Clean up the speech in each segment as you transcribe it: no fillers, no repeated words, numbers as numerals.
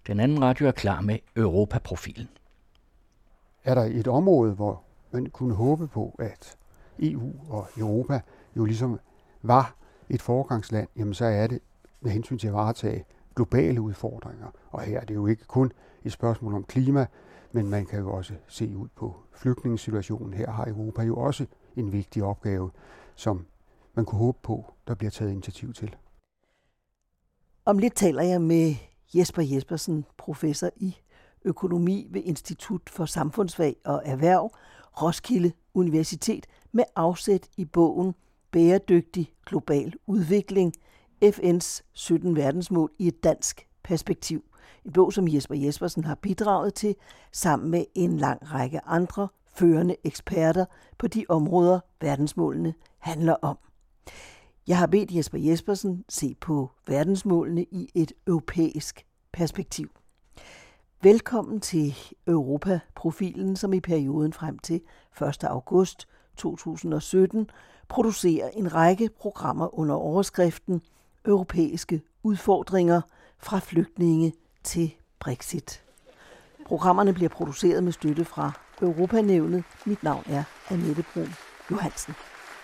Den anden radio er klar med Europaprofilen. Er der et område, hvor man kunne håbe på, at EU og Europa jo ligesom var et foregangsland, jamen så er det med hensyn til at varetage globale udfordringer. Og her er det jo ikke kun et spørgsmål om klima, men man kan jo også se ud på flygtningesituationen. Her har Europa jo også en vigtig opgave, som man kunne håbe på, der bliver taget initiativ til. Om lidt taler jeg med Jesper Jespersen, professor i økonomi ved Institut for Samfundsfag og Erhverv, Roskilde Universitet, med afsæt i bogen Bæredygtig global udvikling, FN's 17 verdensmål i et dansk perspektiv. En bog, som Jesper Jespersen har bidraget til sammen med en lang række andre førende eksperter på de områder, verdensmålene handler om. Jeg har bedt Jesper Jespersen se på verdensmålene i et europæisk perspektiv. Velkommen til Europaprofilen, som i perioden frem til 1. august 2017 producerer en række programmer under overskriften Europæiske udfordringer fra flygtninge til Brexit. Programmerne bliver produceret med støtte fra Europanævnet. Mit navn er Annette Brun Johansen.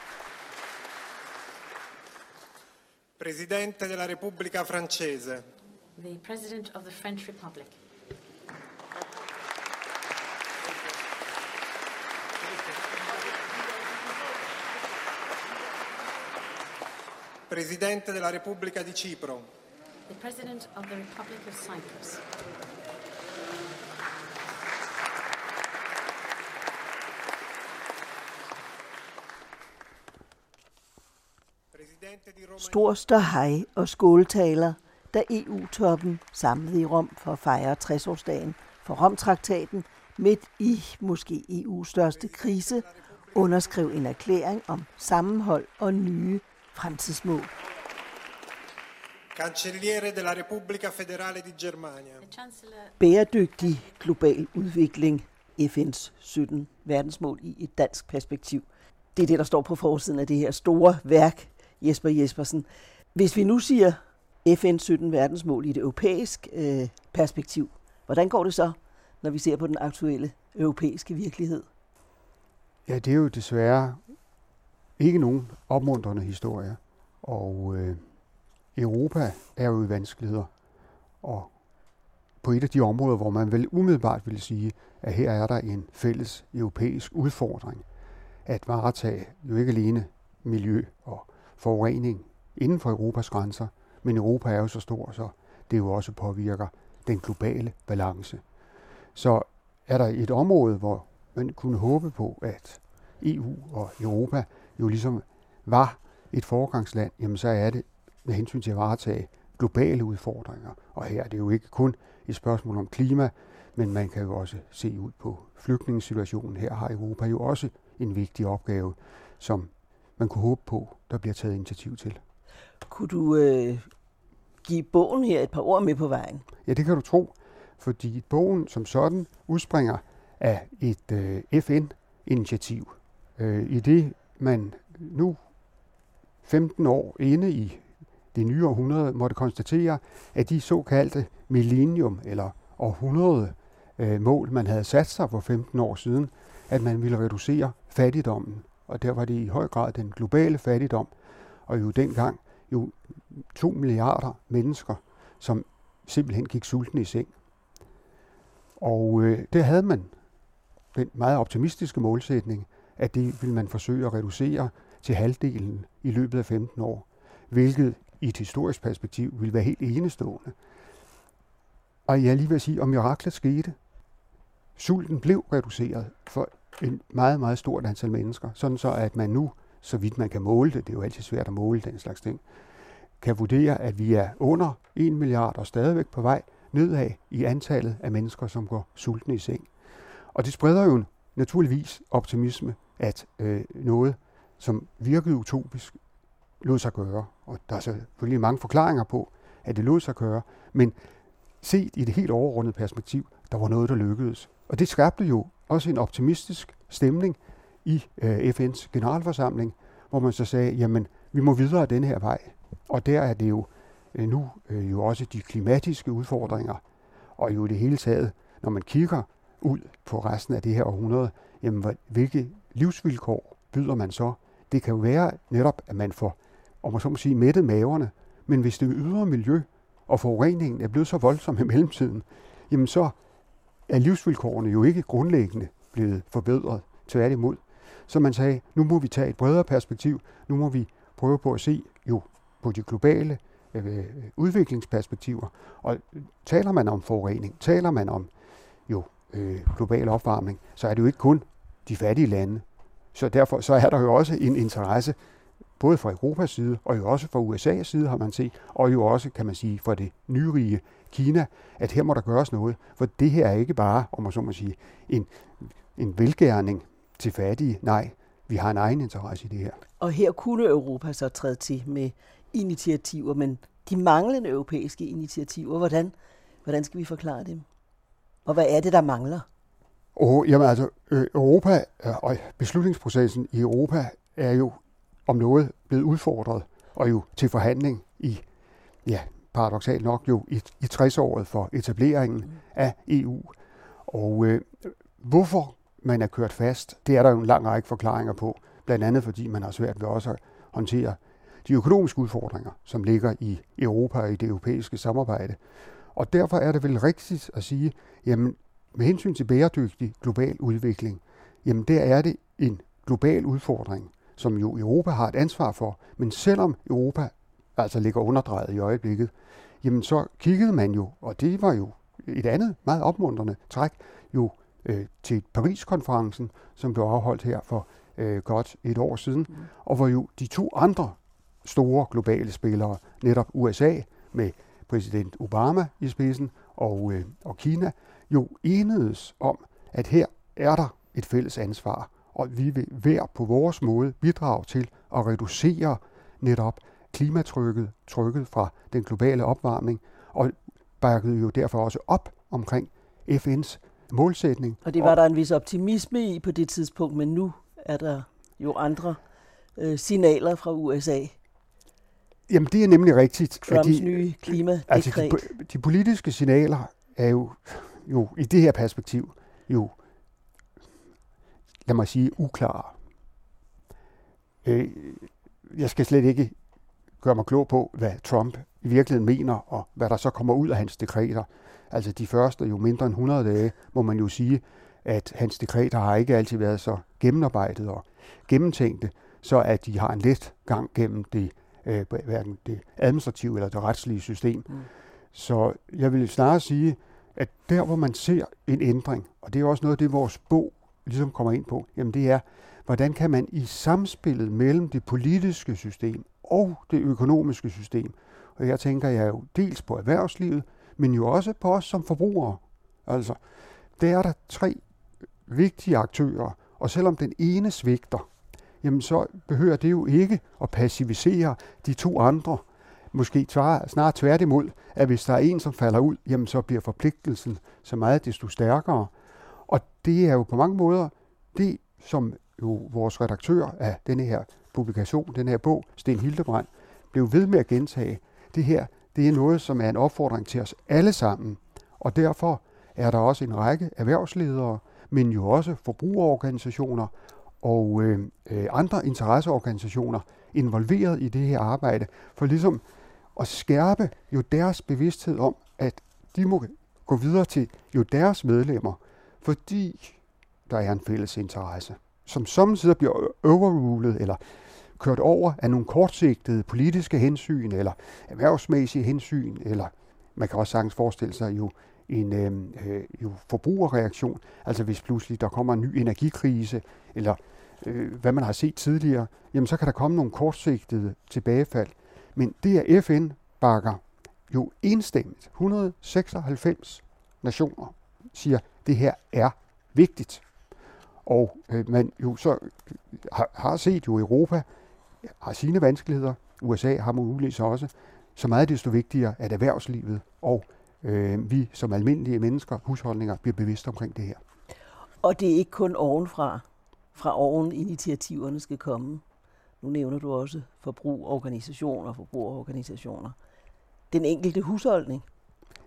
Presidente della Repubblica Francese. The President of the French Republic. Presidente della Repubblica di Cipro. The President of the Republic of Cyprus. Stor ståhej og skåltaler, da EU-toppen samlede i Rom for at fejre 60-årsdagen for Romtraktaten midt i måske EU's største krise, underskrev en erklæring om sammenhold og nye fremtidsmål. Cancelliere della Repubblica Federale di Germania. Bæredygtig global udvikling, FN's 17 verdensmål i et dansk perspektiv. Det er det, der står på forsiden af det her store værk, Jesper Jespersen. Hvis vi nu siger FN's 17 verdensmål i et europæisk perspektiv, hvordan går det så, når vi ser på den aktuelle europæiske virkelighed? Ja, det er jo desværre ikke nogen opmuntrende historie. Og Europa er jo i vanskeligheder. Og på et af de områder, hvor man vel umiddelbart vil sige, at her er der en fælles europæisk udfordring at varetage jo ikke alene miljø og forurening inden for Europas grænser, men Europa er jo så stor, så det jo også påvirker den globale balance. Så er der et område, hvor man kunne håbe på, at EU og Europa jo ligesom var et foregangsland, jamen så er det med hensyn til at varetage globale udfordringer. Og her er det jo ikke kun et spørgsmål om klima, men man kan jo også se ud på flygtningesituationen. Her har Europa jo også en vigtig opgave, som man kunne håbe på, der bliver taget initiativ til. Kunne du give bogen her et par ord med på vejen? Ja, det kan du tro, fordi bogen som sådan udspringer af et FN-initiativ. I det man nu 15 år inde i det nye århundrede måtte konstatere, at de såkaldte millennium eller århundrede mål, man havde sat sig for 15 år siden, at man ville reducere fattigdommen. Og der var det i høj grad den globale fattigdom, og jo dengang 2 milliarder mennesker, som simpelthen gik sultne i seng. Og der havde man den meget optimistiske målsætning, at det ville man forsøge at reducere til halvdelen i løbet af 15 år, hvilket i et historisk perspektiv ville være helt enestående. Og jeg lige vil sige, om miraklet skete. Sulten blev reduceret for en meget, meget stort antal mennesker, sådan så at man nu, så vidt man kan måle det er jo altid svært at måle den slags ting, kan vurdere, at vi er under 1 milliard og stadigvæk på vej nedad i antallet af mennesker, som går sultne i seng. Og det spreder jo naturligvis optimisme, at noget, som virkede utopisk, lod sig gøre. Og der er selvfølgelig mange forklaringer på, at det lod sig gøre, men set i det helt overordnede perspektiv, der var noget, der lykkedes. Og det skabte jo også en optimistisk stemning i FN's generalforsamling, hvor man så sagde, jamen, vi må videre den her vej. Og der er det jo nu jo også de klimatiske udfordringer og jo i det hele taget, når man kigger ud på resten af det her århundrede, jamen hvilke livsvilkår byder man så? Det kan jo være netop, at man får, om man så må sige, mættet maverne, men hvis det ydre miljø og forureningen er blevet så voldsom i mellemtiden, jamen så er livsvilkårene jo ikke grundlæggende blevet forbedret, tværtimod. Så man sagde, nu må vi tage et bredere perspektiv, nu må vi prøve på at se jo på de globale udviklingsperspektiver. Og taler man om forurening, taler man om jo global opvarmning, så er det jo ikke kun de fattige lande. Så derfor så er der jo også en interesse, både fra Europas side, og jo også fra USA's side, har man set, og jo også, kan man sige, fra det nyrige Kina, at her må der gøres noget. For det her er ikke bare, om man så må sige, en velgærning til fattige. Nej, vi har en egen interesse i det her. Og her kunne Europa så træde til med initiativer, men de manglende europæiske initiativer, hvordan skal vi forklare dem? Og hvad er det, der mangler? Jamen altså, Europa og beslutningsprocessen i Europa er jo om noget blevet udfordret, og jo til forhandling i, paradoksalt nok jo i 60-året for etableringen af EU. Og hvorfor man er kørt fast, det er der jo en lang række forklaringer på, blandt andet fordi man har svært ved også at håndtere de økonomiske udfordringer, som ligger i Europa og i det europæiske samarbejde. Og derfor er det vel rigtigt at sige, jamen med hensyn til bæredygtig global udvikling, jamen der er det en global udfordring, som jo Europa har et ansvar for. Men selvom Europa altså ligger underdrejet i øjeblikket, jamen så kiggede man jo, og det var jo et andet meget opmuntrende træk, jo til Paris-konferencen, som blev afholdt her for godt et år siden, og hvor jo de to andre store globale spillere, netop USA med præsident Obama i spidsen og Kina, jo enedes om, at her er der et fælles ansvar, og vi vil hver på vores måde bidrage til at reducere netop klimatrykket, trykket fra den globale opvarmning, og bakkede jo derfor også op omkring FN's målsætning. Og det var der en vis optimisme i på det tidspunkt, men nu er der jo andre signaler fra USA. Jamen det er nemlig rigtigt. Trumps nye klimadekret. Altså de politiske signaler er jo i det her perspektiv jo, lad mig sige, uklare. Jeg skal slet ikke gøre mig klog på, hvad Trump i virkeligheden mener, og hvad der så kommer ud af hans dekreter. Altså de første jo mindre end 100 dage, må man jo sige, at hans dekreter har ikke altid været så gennemarbejdet og gennemtænkte, så at de har en let gang gennem hverken det administrative eller det retslige system. Så jeg vil snarere sige, at der hvor man ser en ændring, og det er også noget af det, vores bog ligesom kommer ind på, jamen det er, hvordan kan man i samspillet mellem det politiske system og det økonomiske system, og jeg tænker jeg jo dels på erhvervslivet, men jo også på os som forbrugere. Altså, der er der 3 vigtige aktører, og selvom den ene svigter, jamen så behøver det jo ikke at passivisere de 2 andre. Måske snart tværtimod, at hvis der er en, som falder ud, jamen så bliver forpligtelsen så meget desto stærkere. Og det er jo på mange måder det, som jo vores redaktør af denne her publikation, den her bog, Sten Hildebrand, blev ved med at gentage. Det her, det er noget, som er en opfordring til os alle sammen. Og derfor er der også en række erhvervsledere, men jo også forbrugerorganisationer og andre interesseorganisationer involveret i det her arbejde, for ligesom at skærpe jo deres bevidsthed om, at de må gå videre til jo deres medlemmer, fordi der er en fælles interesse, som samtidig bliver overrulet eller kørt over af nogle kortsigtede politiske hensyn eller erhvervsmæssige hensyn, eller man kan også sagtens forestille sig jo en forbrugerreaktion, altså hvis pludselig der kommer en ny energikrise, eller hvad man har set tidligere, jamen så kan der komme nogle kortsigtede tilbagefald. Men det er FN bakker jo enstemmigt. 196 nationer siger, at det her er vigtigt. Og man jo så har set jo Europa har sine vanskeligheder. USA har muligvis også. Så meget desto vigtigere, at erhvervslivet og vi som almindelige mennesker, husholdninger, bliver bevidste omkring det her. Og det er ikke kun ovenfra, fra oven initiativerne skal komme. Nu nævner du også forbrugerorganisationer. Den enkelte husholdning.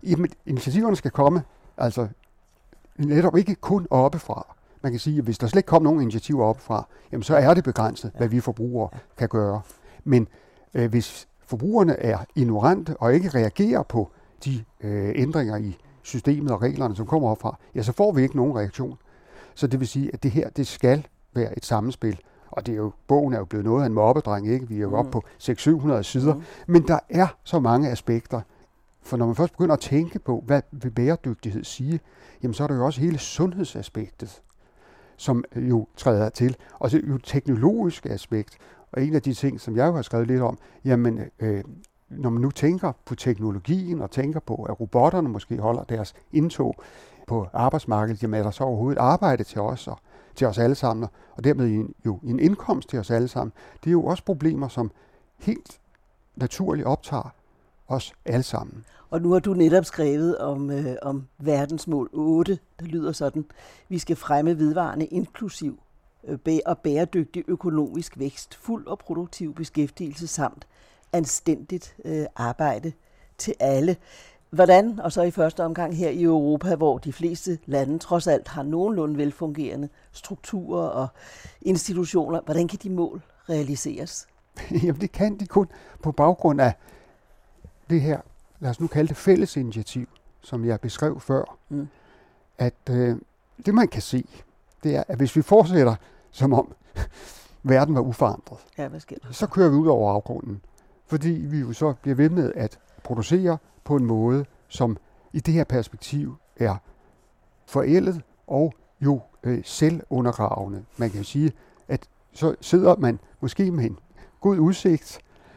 Jamen, initiativerne skal komme, altså netop ikke kun oppefra. Man kan sige, at hvis der slet ikke kommer nogen initiativer oppefra, jamen så er det begrænset, hvad vi forbrugere kan gøre. Men hvis forbrugerne er ignorante og ikke reagerer på de ændringer i systemet og reglerne, som kommer opfra, ja, så får vi ikke nogen reaktion. Så det vil sige, at det her, det skal være et sammenspil. Og det er jo, bogen er jo blevet noget af en mobbedreng, ikke? Vi er jo oppe på 600-700 sider. Men der er så mange aspekter. For når man først begynder at tænke på, hvad vil bæredygtighed sige, jamen så er der jo også hele sundhedsaspektet, som jo træder til. Og så jo teknologiske aspekt. Og en af de ting, som jeg jo har skrevet lidt om, jamen når man nu tænker på teknologien og tænker på, at robotterne måske holder deres indtog på arbejdsmarkedet, jamen er der så overhovedet arbejde til os og til os alle sammen, og dermed jo en indkomst til os alle sammen. Det er jo også problemer, som helt naturligt optager os alle sammen. Og nu har du netop skrevet om verdensmål 8, der lyder sådan: vi skal fremme vedvarende inklusiv og bæredygtig økonomisk vækst, fuld og produktiv beskæftigelse samt anstændigt arbejde til alle. Hvordan, og så i første omgang her i Europa, hvor de fleste lande trods alt har nogenlunde velfungerende strukturer og institutioner, hvordan kan de mål realiseres? Jamen det kan de kun på baggrund af det her, lad os nu kalde det fælles initiativ, som jeg beskrev før. At det man kan se, det er, at hvis vi fortsætter som om verden var uforandret, hvad sker der? Så kører vi ud over afgrunden. Fordi vi jo så bliver ved med at producere på en måde, som i det her perspektiv er forældet og jo selvundergravende. Man kan jo sige, at så sidder man måske med en god udsigt,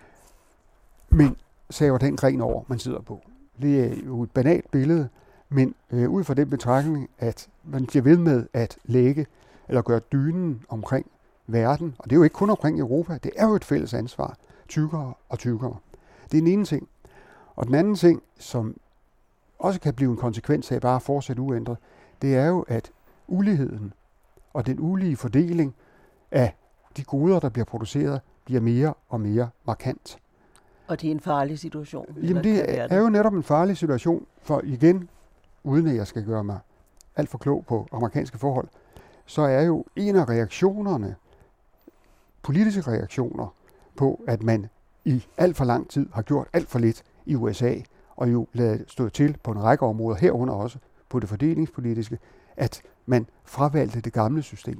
men saver den gren over, man sidder på. Det er jo et banalt billede, men ud fra den betragtning, at man bliver ved med at lægge eller gøre dynen omkring verden, og det er jo ikke kun omkring Europa, det er jo et fælles ansvar, tykkere og tykkere. Det er den ene ting. Og den anden ting, som også kan blive en konsekvens af bare at fortsætte uændret, det er jo, at uligheden og den ulige fordeling af de goder, der bliver produceret, bliver mere og mere markant. Og det er en farlig situation? Jamen det er jo netop en farlig situation, for igen, uden at jeg skal gøre mig alt for klog på amerikanske forhold, så er jo en af reaktionerne, politiske reaktioner, på at man i alt for lang tid har gjort alt for lidt i USA, og jo ladet stå til på en række områder, herunder også på det fordelingspolitiske, at man fravalgte det gamle system.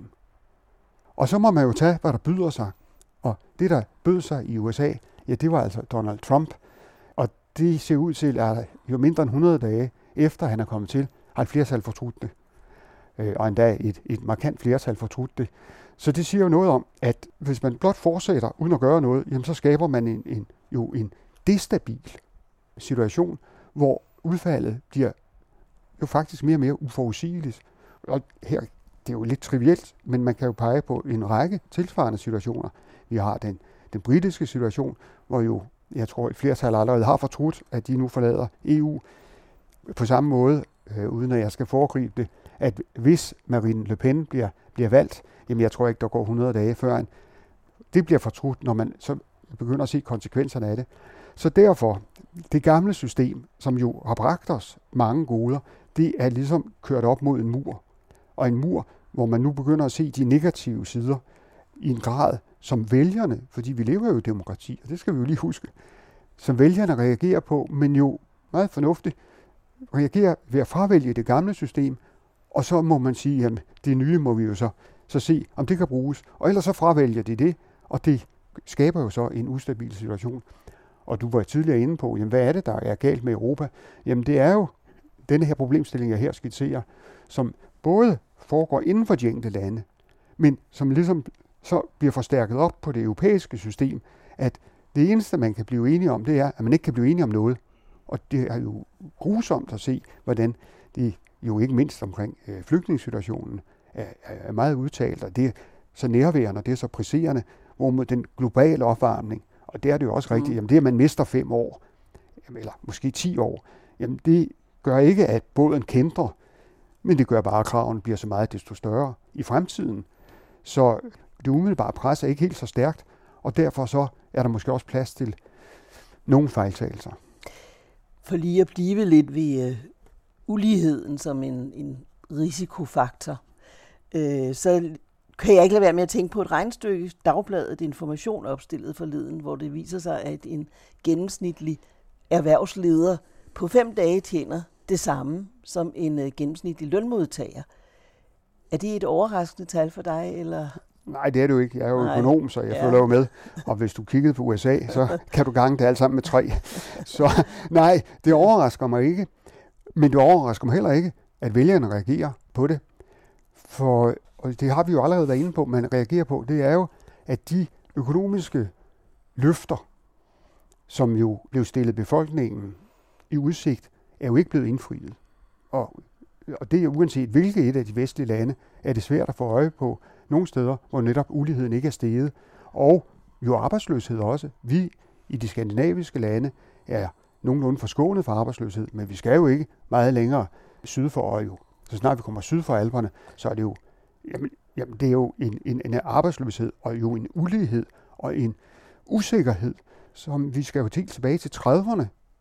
Og så må man jo tage, hvad der byder sig. Og det, der bød sig i USA, ja, det var altså Donald Trump. Og det ser ud til, at jo mindre end 100 dage efter han er kommet til, har et flertal fortrudt det. Og endda et markant flertal fortrudt det. Så det siger jo noget om, at hvis man blot fortsætter uden at gøre noget, jamen så skaber man en destabil situation, hvor udfaldet bliver jo faktisk mere og mere uforudsigeligt. Og her, det er jo lidt trivielt, men man kan jo pege på en række tilsvarende situationer. Vi har den britiske situation, hvor jo, jeg tror, et flertal allerede har fortrudt, at de nu forlader EU. På samme måde, uden at jeg skal foregribe det, at hvis Marine Le Pen bliver valgt, jamen jeg tror ikke, der går 100 dage før det bliver fortrudt, når man så begynder at se konsekvenserne af det. Så derfor, det gamle system, som jo har bragt os mange goder, det er ligesom kørt op mod en mur. Og en mur, hvor man nu begynder at se de negative sider i en grad, som vælgerne, fordi vi lever jo i demokrati, og det skal vi jo lige huske, som vælgerne reagerer på, men jo meget fornuftigt reagerer ved at fravælge det gamle system, og så må man sige, at det nye må vi jo så se, om det kan bruges. Og ellers så fravælger de det, og det skaber jo så en ustabil situation. Og du var tidligere inde på, jamen, hvad er det, der er galt med Europa? Jamen det er jo denne her problemstilling, jeg her skitserer, som både foregår inden for de enkelte lande, men som ligesom så bliver forstærket op på det europæiske system, at det eneste, man kan blive enige om, det er, at man ikke kan blive enige om noget. Og det er jo grusomt at se, hvordan det jo ikke mindst omkring flygtningssituationen er meget udtalt, og det er så nærværende, og det er så presserende, hvor med den globale opvarmning, og det er det jo også rigtigt, jamen det, at man mister 5 år, eller måske 10 år, jamen det gør ikke, at båden kæntrer, men det gør bare, at kravene bliver så meget desto større i fremtiden. Så det umiddelbare pres er ikke helt så stærkt, og derfor så er der måske også plads til nogle fejltagelser. For lige at blive lidt ved uligheden som en risikofaktor, så kan jeg ikke lade være med at tænke på et regnestykke, Dagbladet Information opstillet forleden, hvor det viser sig, at en gennemsnitlig erhvervsleder på 5 dage tjener det samme som en gennemsnitlig lønmodtager. Er det et overraskende tal for dig, eller? Nej, det er det jo ikke. Jeg er jo økonom, så jeg følger jo med. Og hvis du kiggede på USA, så kan du gange det alt sammen med 3. Så nej, det overrasker mig ikke. Men det overrasker mig heller ikke, at vælgerne reagerer på det. For, og det har vi jo allerede været inde på, man reagerer på, det er jo, at de økonomiske løfter, som jo blev stillet befolkningen i udsigt, er jo ikke blevet indfriet. Og det er uanset hvilket et af de vestlige lande, er det svært at få øje på nogle steder, hvor netop uligheden ikke er steget. Og jo arbejdsløshed også. Vi i de skandinaviske lande er nogenlunde forskånet for arbejdsløshed, men vi skal jo ikke meget længere syd for, og jo, så snart vi kommer syd for Alperne, så er det jo, jamen det er jo en arbejdsløshed, og jo en ulighed, og en usikkerhed, som vi skal jo helt tilbage til 30'erne.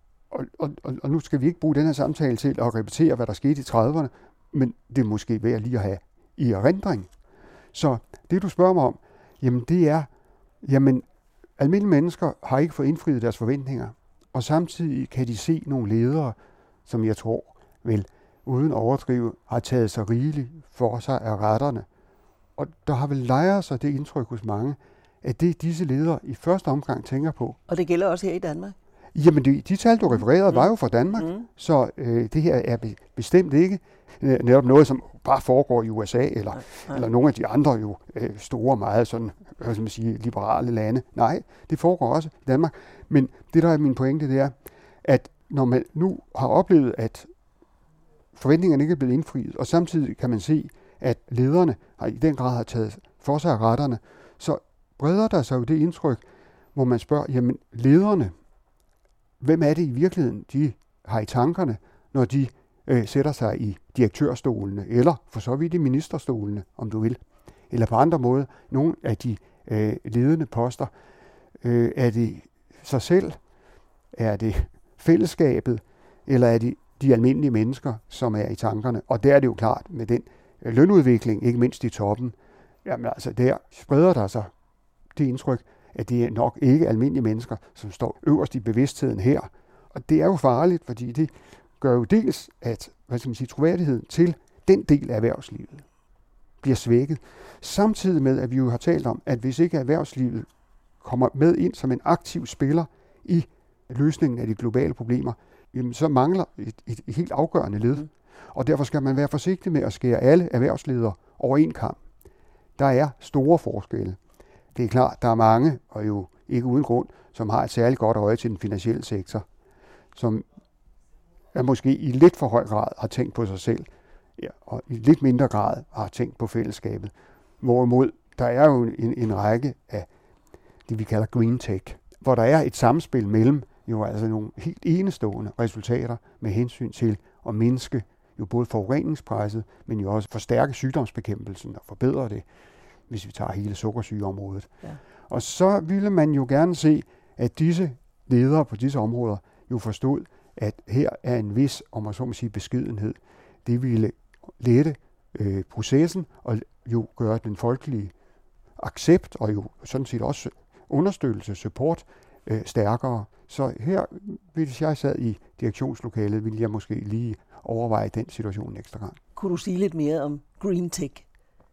Og nu skal vi ikke bruge den her samtale til at repetere, hvad der skete i 30'erne, men det er måske værd lige at have i erindring. Så det, du spørger mig om, jamen det er, jamen almindelige mennesker har ikke fået indfriet deres forventninger, og samtidig kan de se nogle ledere, som jeg tror vel uden overdrive har taget sig rigeligt for sig af retterne. Og der har vel lejret sig det indtryk hos mange, at det disse ledere i første omgang tænker på. Og det gælder også her i Danmark? Jamen de tal, du refererede, var jo fra Danmark, så det her er bestemt ikke netop noget, som bare foregår i USA, eller nogle af de andre jo store, meget sådan, hvad skal man sige, liberale lande. Nej, det foregår også i Danmark. Men det, der er min pointe, det er, at når man nu har oplevet, at forventningerne ikke er blevet indfriet, og samtidig kan man se, at lederne i den grad har taget for sig af retterne, så breder der sig jo det indtryk, hvor man spørger, jamen lederne, hvem er det i virkeligheden, de har i tankerne, når de sætter sig i direktørstolene, eller for så vidt i ministerstolene, om du vil, eller på andre måder, nogle af de ledende poster. Er det sig selv? Er det fællesskabet? Eller er det de almindelige mennesker, som er i tankerne? Og der er det jo klart, med den lønudvikling, ikke mindst i toppen, jamen altså der spreder der sig det indtryk, at det er nok ikke almindelige mennesker, som står øverst i bevidstheden her. Og det er jo farligt, fordi det gør jo dels, at troværdigheden til den del af erhvervslivet bliver svækket. Samtidig med, at vi jo har talt om, at hvis ikke erhvervslivet kommer med ind som en aktiv spiller i løsningen af de globale problemer, jamen så mangler et helt afgørende led. Og derfor skal man være forsigtig med at skære alle erhvervsledere over en kam. Der er store forskelle. Det er klart, der er mange, og jo ikke uden grund, som har et særligt godt øje til den finansielle sektor, som er måske i lidt for høj grad har tænkt på sig selv, og i lidt mindre grad har tænkt på fællesskabet. Hvorimod, der er jo en række af det, vi kalder green tech, hvor der er et samspil mellem jo altså nogle helt enestående resultater med hensyn til at mindske jo både forureningspresset, men jo også forstærke sygdomsbekæmpelsen og forbedre det, hvis vi tager hele sukkersygeområdet. Ja. Og så ville man jo gerne se, at disse ledere på disse områder jo forstod, at her er en vis, om man så må sige, beskedenhed. Det ville lette processen og jo gøre den folkelige accept og jo sådan set også understøttelse, support stærkere. Så her, hvis jeg sad i direktionslokalet, ville jeg måske lige overveje den situation ekstra gang. Kunne du sige lidt mere om green tech?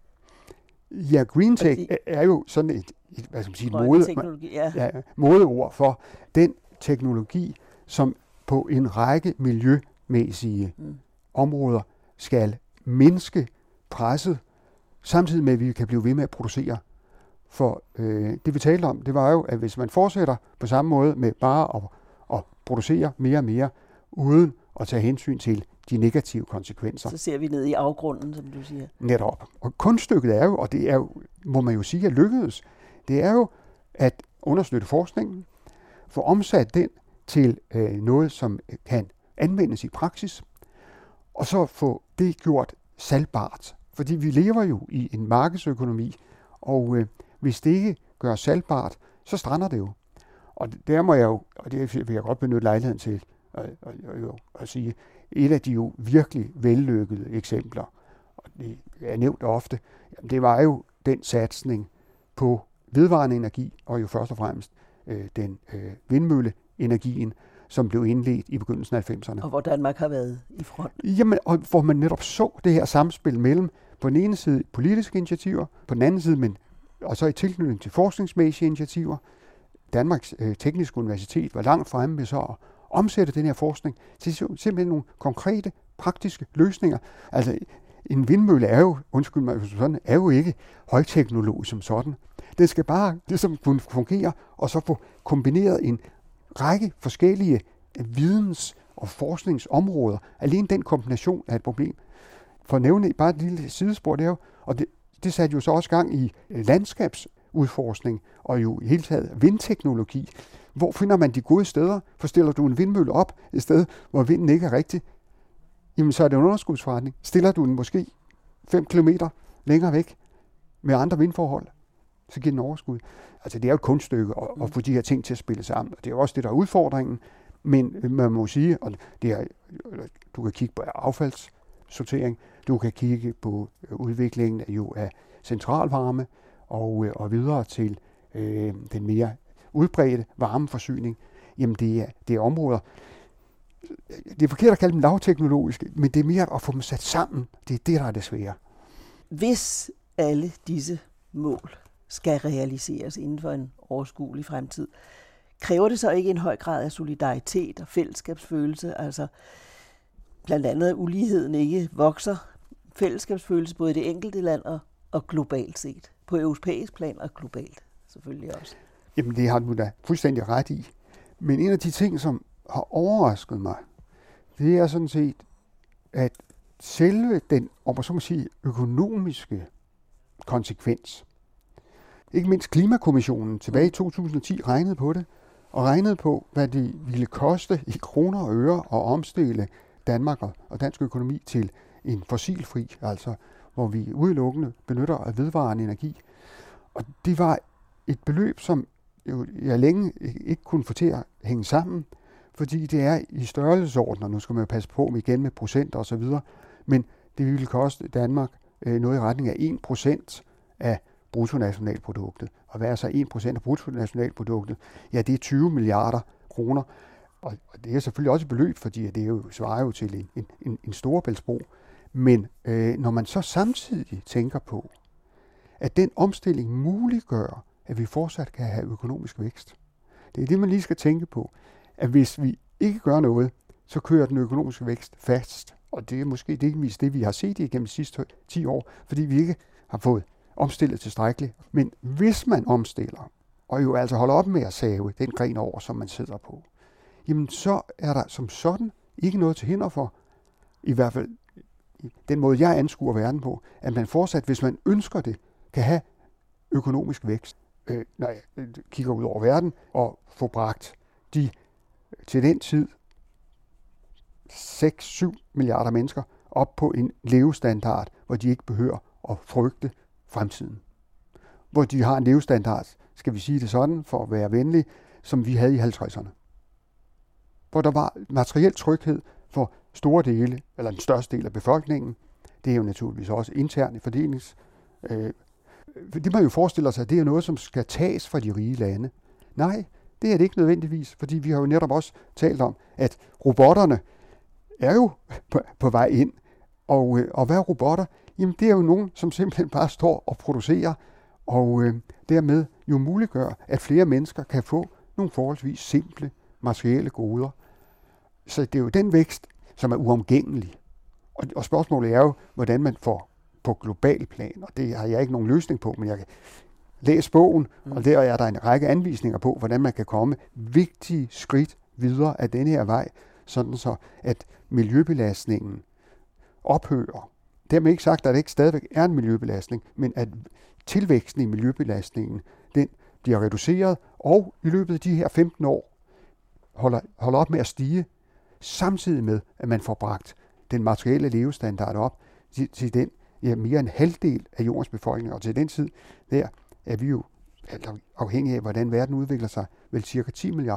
Ja, green tech er jo sådan et hvad skal man sige, modeord for den teknologi, som på en række miljømæssige områder skal mindske presset, samtidig med, at vi kan blive ved med at producere. For det vi talte om, det var jo, at hvis man fortsætter på samme måde med bare at producere mere og mere, uden at tage hensyn til de negative konsekvenser. Så ser vi ned i afgrunden, som du siger. Netop. Og kunststykket er jo, og det er jo, må man jo sige, at lykkedes, det er jo at understøtte forskningen, få omsat den til noget, som kan anvendes i praksis, og så få det gjort salgbart. Fordi vi lever jo i en markedsøkonomi, og hvis det ikke gøres salgbart, så strander det jo. Og der må jeg jo, og det vil jeg godt benytte lejligheden til at sige, et af de jo virkelig vellykkede eksempler, og det er nævnt ofte, det var jo den satsning på vedvarende energi, og jo først og fremmest den vindmølleenergien, som blev indledt i begyndelsen af 90'erne. Og hvor Danmark har været i front. Jamen, og hvor man netop så det her samspil mellem på den ene side politiske initiativer, på den anden side, og så i tilknytning til forskningsmæssige initiativer. Danmarks Tekniske Universitet var langt fremme med så at omsætte den her forskning til simpelthen nogle konkrete, praktiske løsninger. Altså, en vindmølle er jo ikke højteknologisk som sådan. Den skal bare ligesom kunne fungere, og så få kombineret en række forskellige videns- og forskningsområder. Alene den kombination er et problem. For at nævne bare et lille sidespor, det er jo, og det satte jo så også gang i landskabsudforskning, og jo i hele taget vindteknologi. Hvor finder man de gode steder? For stiller du en vindmølle op et sted, hvor vinden ikke er rigtig, jamen så er det en underskudsforretning. Stiller du den måske 5 kilometer længere væk med andre vindforhold, så giver den overskud. Altså det er jo et kunststykke at få de her ting til at spille sammen. Og det er jo også det, der er udfordringen. Men man må sige, og det er, du kan kigge på affaldssortering, du kan kigge på udviklingen af centralvarme og videre til den mere udbredte varmeforsyning. Jamen det er områder. Det er forkert at kalde dem lavteknologiske, men det er mere at få dem sat sammen. Det er det, der er det svære. Hvis alle disse mål skal realiseres inden for en overskuelig fremtid, kræver det så ikke en høj grad af solidaritet og fællesskabsfølelse? Altså blandt andet at uligheden ikke vokser. Fællesskabsfølelse både i det enkelte land og globalt set. På europæisk plan og globalt selvfølgelig også. Jamen det har du da fuldstændig ret i. Men en af de ting, som har overrasket mig, det er sådan set, at selve den, om man så må sige, økonomiske konsekvens, ikke mindst Klimakommissionen tilbage i 2010 regnede på det, og regnede på, hvad det ville koste i kroner og øre at omstille Danmark og dansk økonomi til en fossilfri, altså hvor vi udelukkende benytter af vedvarende energi. Og det var et beløb, som jeg længe ikke kunne få til at hænge sammen, fordi det er i størrelsesorden, og nu skal man jo passe på igen med procenter og så videre, men det ville koste Danmark noget i retning af 1% af bruttonationalproduktet. Og hvad er så 1% af bruttonationalproduktet? Ja, det er 20 milliarder kroner. Og det er selvfølgelig også et beløb, fordi det jo svarer jo til en storebæltsbro. Men når man så samtidig tænker på, at den omstilling muliggør, at vi fortsat kan have økonomisk vækst. Det er det, man lige skal tænke på. At hvis vi ikke gør noget, så kører den økonomiske vækst fast. Og det er måske delvis det, vi har set igennem de sidste 10 år, fordi vi ikke har fået omstillet tilstrækkeligt. Men hvis man omstiller, og jo altså holder op med at save den gren over, som man sidder på, jamen så er der som sådan ikke noget til hinder for, i hvert fald den måde, jeg anskuer verden på, at man fortsat, hvis man ønsker det, kan have økonomisk vækst, når jeg kigger ud over verden, og få bragt de til den tid 6-7 milliarder mennesker op på en levestandard, hvor de ikke behøver at frygte fremtiden. Hvor de har en levestandard, skal vi sige det sådan, for at være venlig, som vi havde i 50'erne. Hvor der var materiel tryghed for store dele, eller den største del af befolkningen. Det er jo naturligvis også interne fordelings. Det man jo forestiller sig, det er noget, som skal tages fra de rige lande. Nej, det er det ikke nødvendigvis, fordi vi har jo netop også talt om, at robotterne er jo på vej ind. Og hvad er robotter? Jamen det er jo nogen, som simpelthen bare står og producerer, og dermed jo muliggør, at flere mennesker kan få nogle forholdsvis simple materielle goder. Så det er jo den vækst, som er uomgængelig. Og spørgsmålet er jo, hvordan man får på global plan, og det har jeg ikke nogen løsning på, men jeg kan læse bogen, og der er der en række anvisninger på, hvordan man kan komme vigtige skridt videre af denne her vej, sådan så at miljøbelastningen ophører. Dermed ikke sagt, at det ikke stadigvæk er en miljøbelastning, men at tilvæksten i miljøbelastningen, den bliver reduceret, og i løbet af de her 15 år holder op med at stige, samtidig med, at man får bragt den materielle levestandard op til den mere end halvdel af jordens befolkning. Og til den tid, der er vi jo afhængige af, hvordan verden udvikler sig, vel cirka 10 milliarder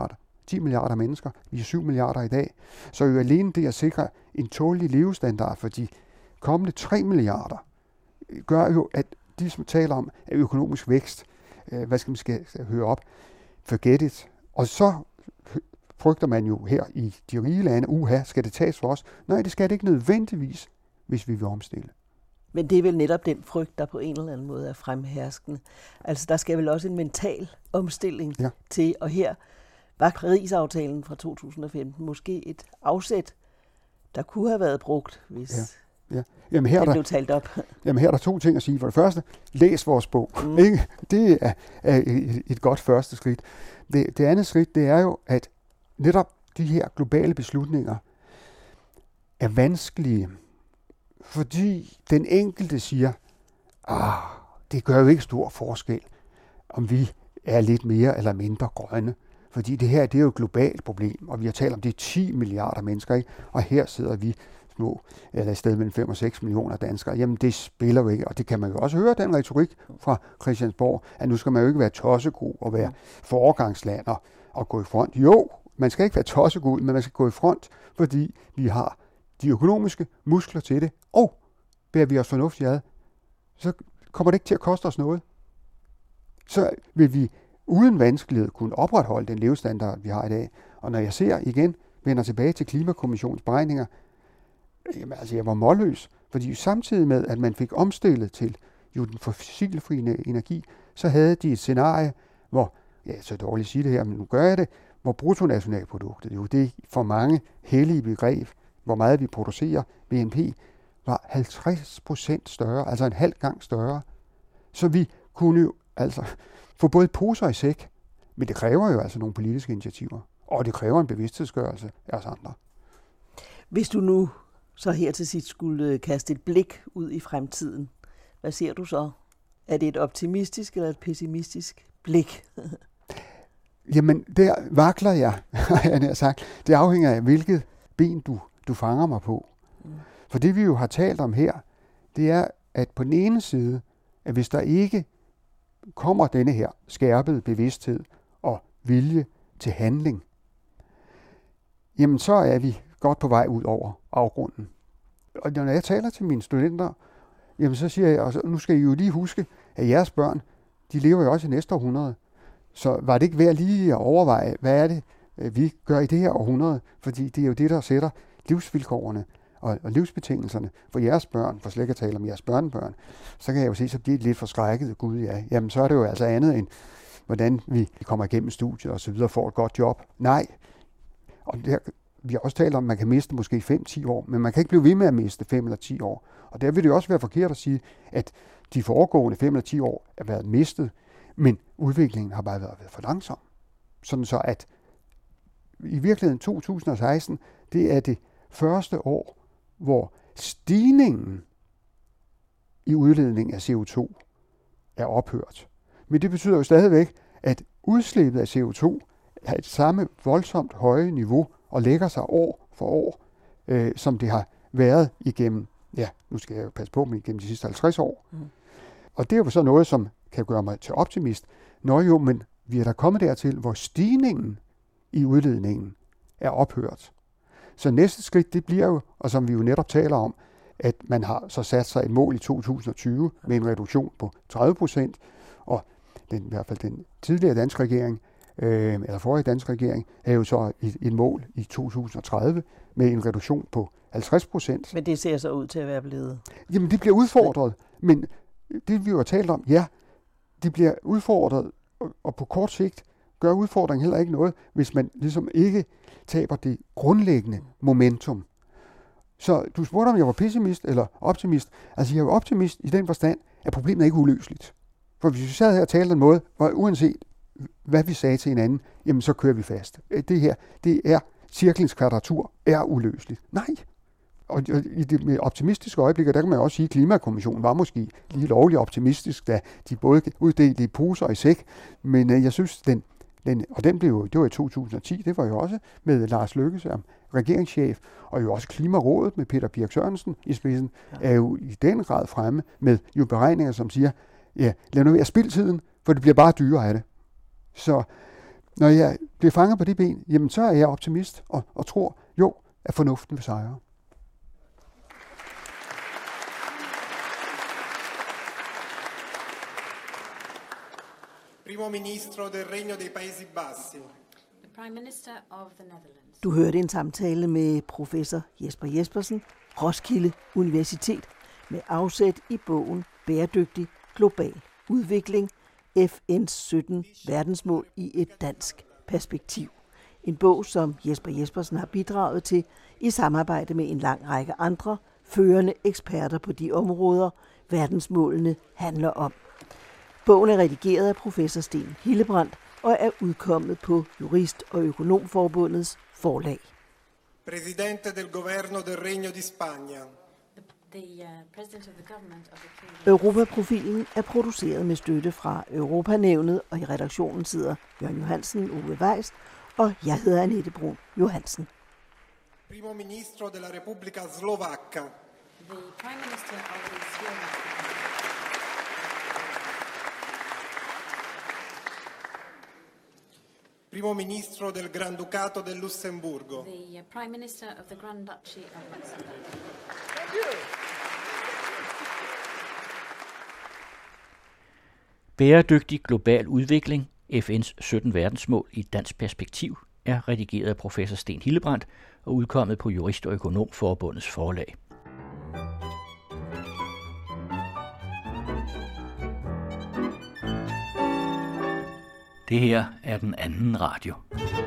10 milliarder mennesker. Vi er 7 milliarder i dag. Så jo alene det at sikre en tålelig levestandard for de kommende 3 milliarder, gør jo, at de, som taler om at økonomisk vækst, skal høre op, forget it. Og så frygter man jo her i de rige lande, skal det tages for os? Nej, det skal det ikke nødvendigvis, hvis vi vil omstille. Men det er vel netop den frygt, der på en eller anden måde er fremherskende. Altså, der skal vel også en mental omstilling til, og her var Paris-aftalen fra 2015 måske et afsæt, der kunne have været brugt, hvis Jamen, her det blev talt op. Jamen her er der 2 ting at sige. For det første, læs vores bog. Ikke? Det er et godt første skridt. Det andet skridt, det er jo, at netop de her globale beslutninger er vanskelige, fordi den enkelte siger, det gør jo ikke stor forskel, om vi er lidt mere eller mindre grønne. Fordi det her, det er jo et globalt problem, og vi har talt om, det er 10 milliarder mennesker, ikke? Og her sidder vi et sted mellem 5 og 6 millioner danskere. Jamen, det spiller jo ikke, og det kan man jo også høre, den retorik fra Christiansborg, at nu skal man jo ikke være tossegod og være foregangsland og gå i front. Jo, man skal ikke være tossegod, men man skal gå i front, fordi vi har de økonomiske muskler til det, og bærer vi os fornuftigt ad, så kommer det ikke til at koste os noget. Så vil vi uden vanskelighed kunne opretholde den levestandard, vi har i dag. Og når jeg vender tilbage til Klimakommissionens beregninger, jamen, altså jeg var målløs, fordi samtidig med, at man fik omstillet til den fossilfri energi, så havde de et scenarie, hvor, så dårligt at sige det her, men nu gør jeg det, hvor bruttonationalproduktet, jo det for mange hellige begreb, hvor meget vi producerer, BNP, var 50% større, altså en halv gang større. Så vi kunne jo altså få både poser i sæk, men det kræver jo altså nogle politiske initiativer, og det kræver en bevidsthedsgørelse af os andre. Hvis du nu så her til sidst skulle kaste et blik ud i fremtiden, hvad ser du så? Er det et optimistisk eller et pessimistisk blik? Jamen, der vakler jeg, har jeg sagt. Det afhænger af, hvilket ben du fanger mig på. For det vi jo har talt om her, det er, at på den ene side, at hvis der ikke kommer denne her skærpede bevidsthed og vilje til handling, jamen så er vi godt på vej ud over afgrunden. Og når jeg taler til mine studenter, jamen så siger jeg, og nu skal I jo lige huske, at jeres børn, de lever jo også i næste århundrede. Så var det ikke værd lige at overveje, hvad er det, vi gør i det her århundrede? Fordi det er jo det, der sætter livsvilkårene og livsbetingelserne for jeres børn, for slet ikke at tale om jeres børnebørn. Så kan jeg jo se, så bliver det lidt forskrækket, gud ja. Jamen så er det jo altså andet end, hvordan vi kommer igennem studiet og så videre, får et godt job. Nej. Og der, vi har også talt om, at man kan miste måske 5-10 år, men man kan ikke blive ved med at miste 5 eller 10 år. Og der vil det jo også være forkert at sige, at de foregående 5 eller 10 år er været mistet, men udviklingen har bare været for langsom. Sådan så, at i virkeligheden 2016, det er det første år, hvor stigningen i udledning af CO2 er ophørt. Men det betyder jo stadigvæk, at udslippet af CO2 er et samme voldsomt høje niveau og lægger sig år for år, som det har været igennem, nu skal jeg jo passe på, men igennem de sidste 50 år. Og det er jo så noget, som kan gøre mig til optimist. Nå jo, men vi er da kommet dertil, hvor stigningen i udledningen er ophørt. Så næste skridt, det bliver jo, og som vi jo netop taler om, at man har så sat sig et mål i 2020 med en reduktion på 30%, og i hvert fald den tidligere danske regering, eller forrige danske regering, er jo så et mål i 2030 med en reduktion på 50%. Men det ser så ud til at være blevet... Jamen, det bliver udfordret, men det vi jo har talt om, det bliver udfordret, og på kort sigt gør udfordringen heller ikke noget, hvis man ligesom ikke taber det grundlæggende momentum. Så du spurgte, om jeg var pessimist eller optimist. Altså, jeg er jo optimist i den forstand, at problemet er ikke uløseligt. For hvis vi sad her og talte en måde, hvor uanset hvad vi sagde til hinanden, jamen så kører vi fast. Det her, det er cirklens kvadratur, er uløseligt. Nej. Og i det med optimistiske øjeblikker, der kan man også sige, at Klimakommissionen var måske lige lovligt optimistisk, da de både uddelte i poser og i sæk. Men jeg synes, den blev jo, det var i 2010, det var jo også med Lars Løkke som regeringschef, og jo også Klimarådet med Peter Birch Sørensen i spidsen, er jo i den grad fremme med jo beregninger, som siger, lad nu være spild tiden, for det bliver bare dyrere af det. Så Når jeg bliver fanget på det ben, jamen så er jeg optimist og tror, jo, at fornuften vil sejre. Primo Ministro del Regno dei Paesi Bassi. The Prime Minister of the Netherlands. Du hørte en samtale med professor Jesper Jespersen, Roskilde Universitet, med afsæt i bogen Bæredygtig global udvikling, FN's 17 verdensmål i et dansk perspektiv. En bog, som Jesper Jespersen har bidraget til i samarbejde med en lang række andre førende eksperter på de områder, verdensmålene handler om. Bogen er redigeret af professor Sten Hildebrandt og er udkommet på Jurist- og Økonomforbundets forlag. Presidente del Governo del Regno di Spagna. The President of the Government of the Kingdom. Europaprofilen er produceret med støtte fra Europanævnet, og i redaktionen sidder Jørgen Johansen, Uwe Weiss, og jeg hedder Annette Brun Johansen. Primo Ministro della Repubblica Slovacca. The Prime Minister of the Slovak Republic. Primo Ministro del Granducato del Lussemburgo. The Prime Minister of the Grand Duchy of Luxembourg. Bæredygtig global udvikling, FN's 17 verdensmål i et dansk perspektiv, er redigeret af professor Sten Hildebrandt og udkommet på Jurist- og Økonomforbundets forlag. Det her er den anden radio.